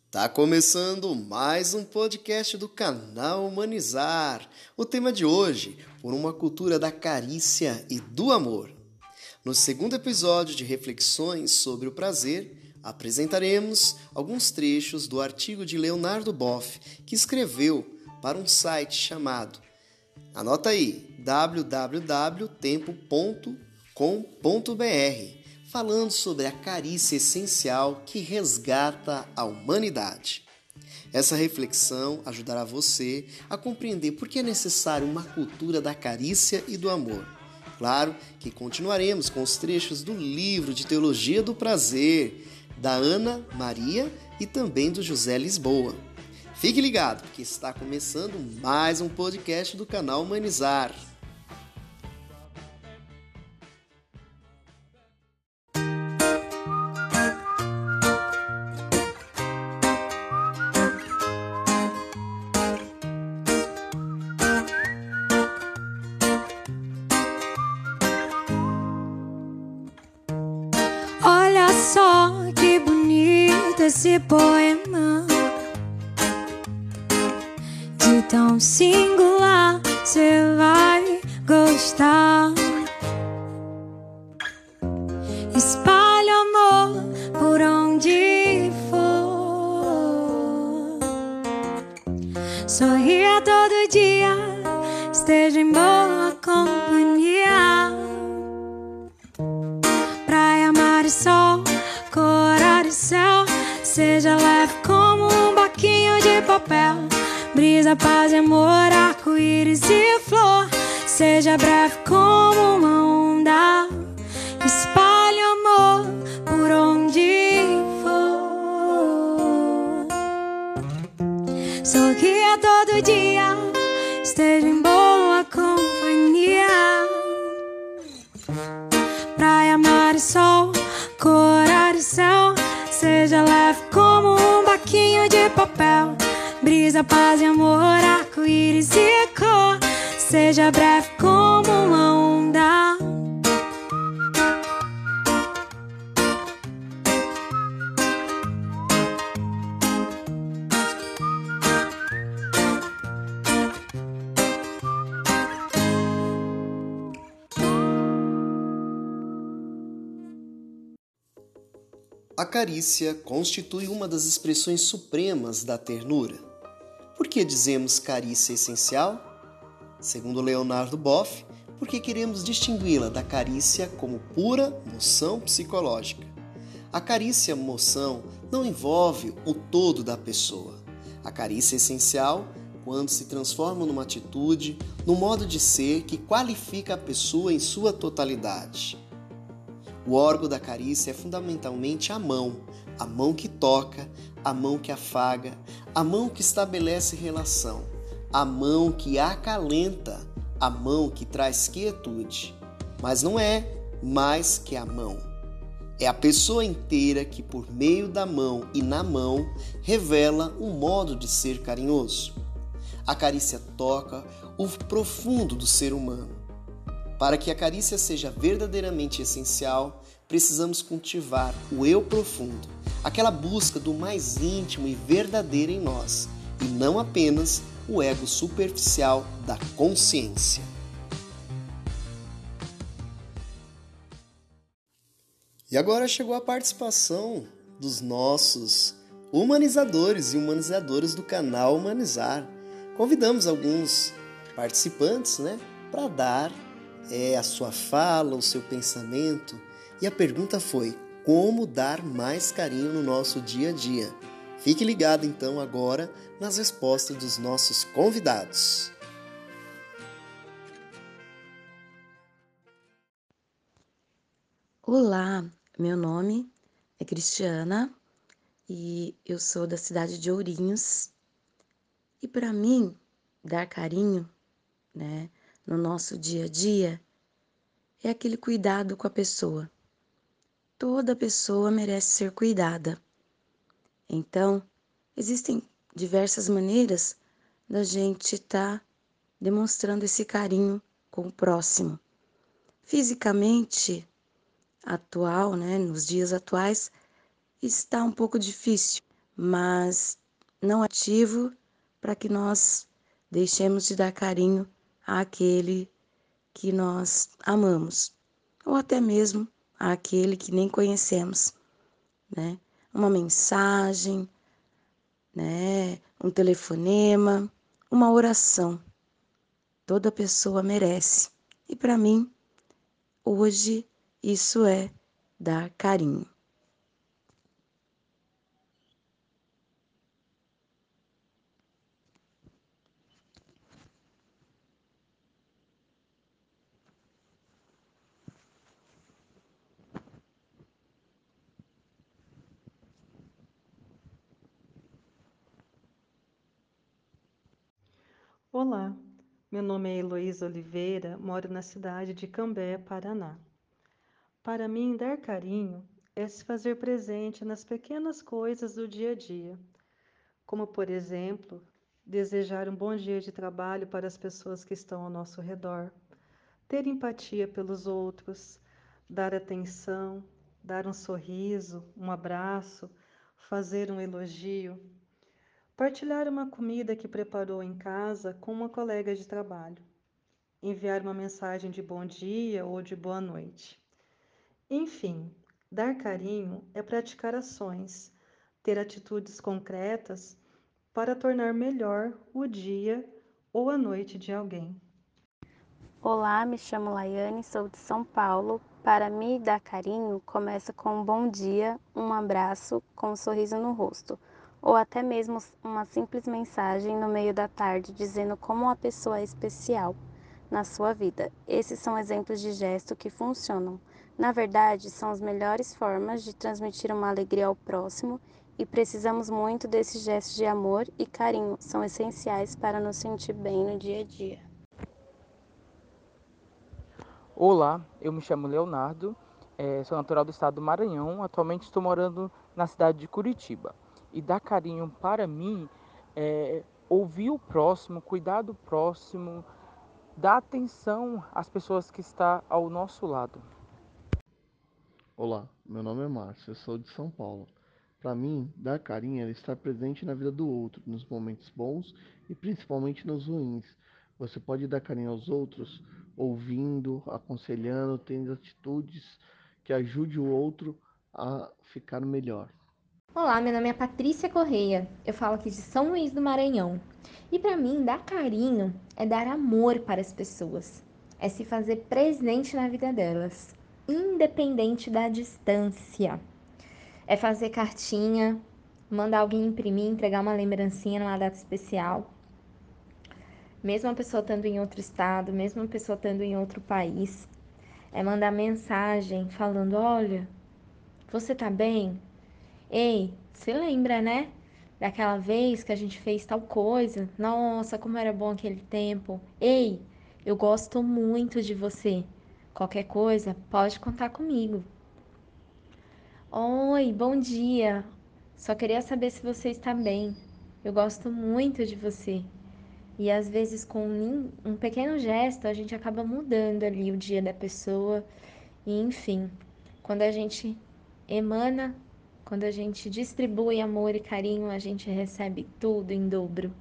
Tá começando mais um podcast do canal Humanizar. O tema de hoje, por uma cultura da carícia e do amor. No segundo episódio de reflexões sobre o prazer, apresentaremos alguns trechos do artigo de Leonardo Boff, que escreveu para um site chamado, anota aí, www.tempo.com.br, falando sobre a carícia essencial que resgata a humanidade. Essa reflexão ajudará você a compreender por que é necessário uma cultura da carícia e do amor. Claro que continuaremos com os trechos do livro de Teologia do Prazer, da Ana Maria e também do José Lisboa. Fique ligado, porque está começando mais um podcast do canal Humanizar. Olha só que bonito esse poema, de tão singular, cê vai gostar. Espalha amor por onde for, sorria todo dia, esteja em boa companhia. Praia, mar e sol, cor e céu, seja leve como um bloquinho de papel. Brisa, paz e amor, arco-íris e flor, seja breve como uma onda. Espalhe amor por onde for, sorria todo dia, esteja em boa companhia. Praia, mar e sol, cor e céu, seja leve como um bloquinho de papel. Brisa, paz e amor, arco-íris e cor, seja breve como uma onda. A carícia constitui uma das expressões supremas da ternura. Por que dizemos carícia essencial? Segundo Leonardo Boff, porque queremos distingui-la da carícia como pura moção psicológica. A carícia moção não envolve o todo da pessoa. A carícia essencial, quando se transforma numa atitude, num modo de ser que qualifica a pessoa em sua totalidade. O órgão da carícia é fundamentalmente a mão que toca, a mão que afaga, a mão que estabelece relação, a mão que acalenta, a mão que traz quietude. Mas não é mais que a mão. É a pessoa inteira que, por meio da mão e na mão, revela um modo de ser carinhoso. A carícia toca o profundo do ser humano. Para que a carícia seja verdadeiramente essencial, precisamos cultivar o eu profundo, aquela busca do mais íntimo e verdadeiro em nós, e não apenas o ego superficial da consciência. E agora chegou a participação dos nossos humanizadores e humanizadoras do canal Humanizar. Convidamos alguns participantes, para dar a sua fala, o seu pensamento. E a pergunta foi: como dar mais carinho no nosso dia a dia? Fique ligado então agora nas respostas dos nossos convidados. Olá, meu nome é Cristiana e eu sou da cidade de Ourinhos. E para mim, dar carinho, no nosso dia a dia é aquele cuidado com a pessoa. Toda pessoa merece ser cuidada. Então, existem diversas maneiras da gente estar demonstrando esse carinho com o próximo. Fisicamente, atual, nos dias atuais, está um pouco difícil, mas não é motivo para que nós deixemos de dar carinho àquele que nós amamos, ou até mesmo àquele que nem conhecemos, né? Uma mensagem, né? Um telefonema, uma oração. Toda pessoa merece. E para mim, hoje, isso é dar carinho. Olá, meu nome é Heloísa Oliveira, moro na cidade de Cambé, Paraná. Para mim, dar carinho é se fazer presente nas pequenas coisas do dia a dia, como, por exemplo, desejar um bom dia de trabalho para as pessoas que estão ao nosso redor, ter empatia pelos outros, dar atenção, dar um sorriso, um abraço, fazer um elogio, partilhar uma comida que preparou em casa com uma colega de trabalho, enviar uma mensagem de bom dia ou de boa noite. Enfim, dar carinho é praticar ações, ter atitudes concretas para tornar melhor o dia ou a noite de alguém. Olá, me chamo Laiane, sou de São Paulo. Para mim, dar carinho começa com um bom dia, um abraço, com um sorriso no rosto, ou até mesmo uma simples mensagem no meio da tarde dizendo como uma pessoa é especial na sua vida. Esses são exemplos de gesto que funcionam. Na verdade, são as melhores formas de transmitir uma alegria ao próximo e precisamos muito desses gestos de amor e carinho. São essenciais para nos sentir bem no dia a dia. Olá, eu me chamo Leonardo, sou natural do estado do Maranhão, atualmente estou morando na cidade de Curitiba. E dar carinho para mim é ouvir o próximo, cuidar do próximo, dar atenção às pessoas que estão ao nosso lado. Olá, meu nome é Márcio, eu sou de São Paulo. Para mim, dar carinho é estar presente na vida do outro, nos momentos bons e principalmente nos ruins. Você pode dar carinho aos outros ouvindo, aconselhando, tendo atitudes que ajude o outro a ficar melhor. Olá, meu nome é Patrícia Correia, eu falo aqui de São Luís do Maranhão. E para mim, dar carinho é dar amor para as pessoas, é se fazer presente na vida delas, independente da distância. É fazer cartinha, mandar alguém imprimir, entregar uma lembrancinha numa data especial. Mesmo a pessoa estando em outro estado, mesmo a pessoa estando em outro país. É mandar mensagem falando, olha, você tá bem? Ei, você lembra, né? Daquela vez que a gente fez tal coisa? Nossa, como era bom aquele tempo. Ei, eu gosto muito de você. Qualquer coisa, pode contar comigo. Oi, bom dia. Só queria saber se você está bem. Eu gosto muito de você. E às vezes com um pequeno gesto a gente acaba mudando ali o dia da pessoa. E enfim, quando a gente emana, quando a gente distribui amor e carinho, a gente recebe tudo em dobro.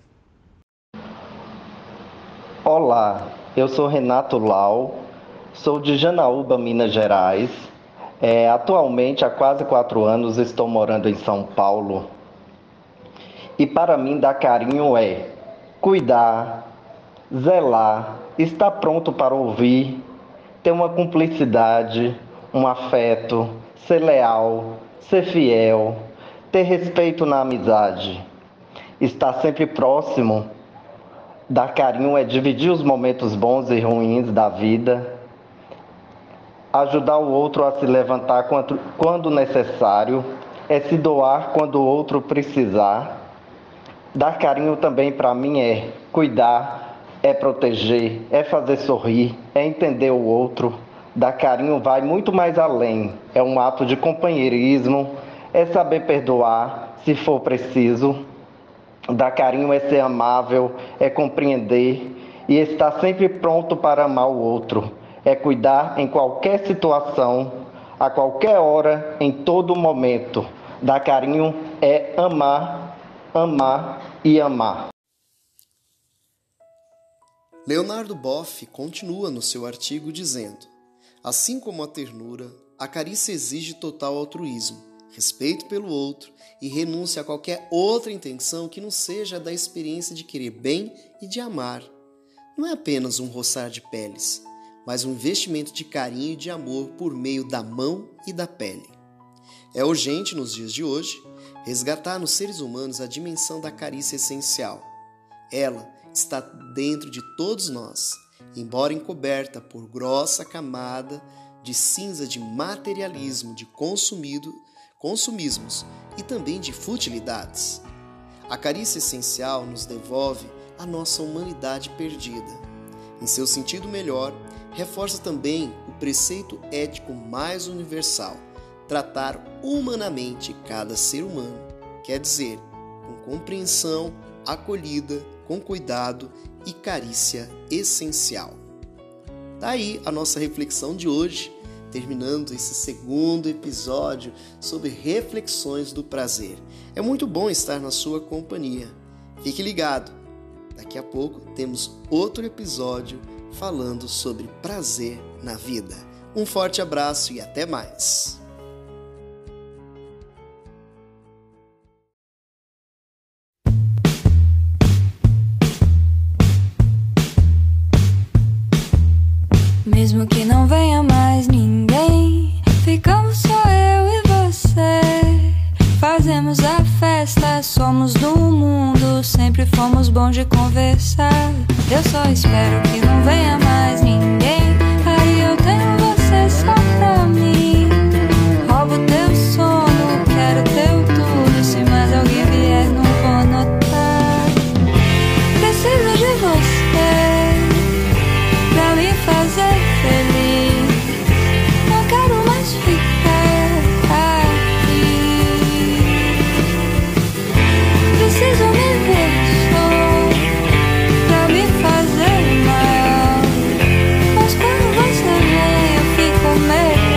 Olá, eu sou Renato Lau, sou de Janaúba, Minas Gerais. Atualmente, há quase 4 anos, estou morando em São Paulo. E para mim, dar carinho é cuidar, zelar, estar pronto para ouvir, ter uma cumplicidade, um afeto, ser leal, ser fiel, ter respeito na amizade, estar sempre próximo. Dar carinho é dividir os momentos bons e ruins da vida, ajudar o outro a se levantar quando necessário, é se doar quando o outro precisar. Dar carinho também para mim é cuidar, é proteger, é fazer sorrir, é entender o outro. Dar carinho vai muito mais além, é um ato de companheirismo, é saber perdoar se for preciso. Dar carinho é ser amável, é compreender e estar sempre pronto para amar o outro. É cuidar em qualquer situação, a qualquer hora, em todo momento. Dar carinho é amar, amar e amar. Leonardo Boff continua no seu artigo dizendo: assim como a ternura, a carícia exige total altruísmo, respeito pelo outro e renúncia a qualquer outra intenção que não seja a da experiência de querer bem e de amar. Não é apenas um roçar de peles, mas um investimento de carinho e de amor por meio da mão e da pele. É urgente, nos dias de hoje, resgatar nos seres humanos a dimensão da carícia essencial. Ela está dentro de todos nós, embora encoberta por grossa camada de cinza de materialismo, de consumismos e também de futilidades. A carícia essencial nos devolve a nossa humanidade perdida. Em seu sentido melhor, reforça também o preceito ético mais universal: tratar humanamente cada ser humano, quer dizer, com compreensão, acolhida, com cuidado e carícia essencial. Daí a nossa reflexão de hoje, terminando esse segundo episódio sobre reflexões do prazer. É muito bom estar na sua companhia. Fique ligado, daqui a pouco temos outro episódio falando sobre prazer na vida. Um forte abraço e até mais! Mesmo que não venha mais ninguém, ficamos só eu e você. Fazemos a festa, somos do mundo, sempre fomos bons de conversar. Eu só espero que não venha mais ninguém, aí eu tenho você só pra mim. Roubo teu sono, quero teu tudo, se mais alguém vier não vou notar. Preciso de você pra me fazer feliz, não quero mais ficar aqui. Preciso me ver só pra me fazer mal, mas quando você vem eu fico melhor.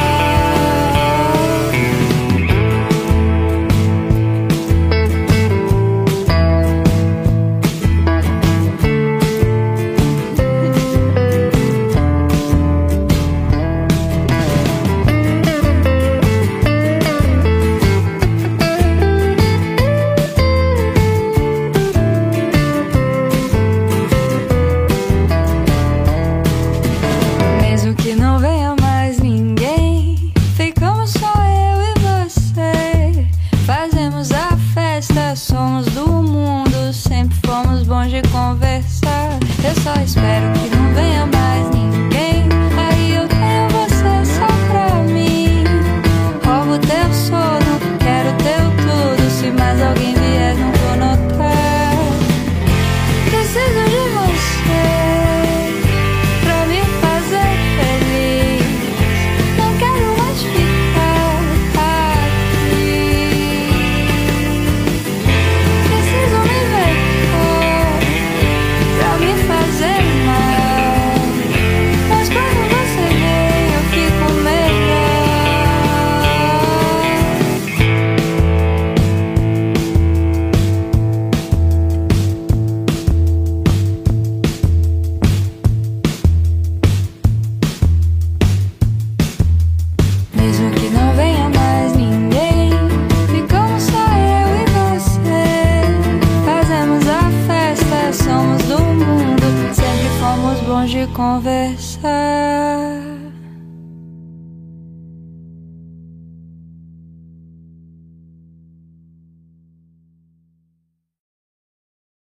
Mesmo que não venha mais ninguém, ficamos só eu e você. Fazemos a festa, somos do mundo, sempre fomos bons de conversar. Eu só espero que não venha mais ninguém, aí eu tenho você só pra mim. Roubo teu sono, quero teu tudo, se mais alguém vier não vou notar. Preciso de você pra me fazer feliz, não quero mais ficar aqui. Preciso me ver pra me fazer mal, mas quando você vem eu fico melhor. Mesmo que não venha mais ninguém, ficamos só eu e você. Fazemos a festa, somos do mundo, sempre fomos bons de conversar.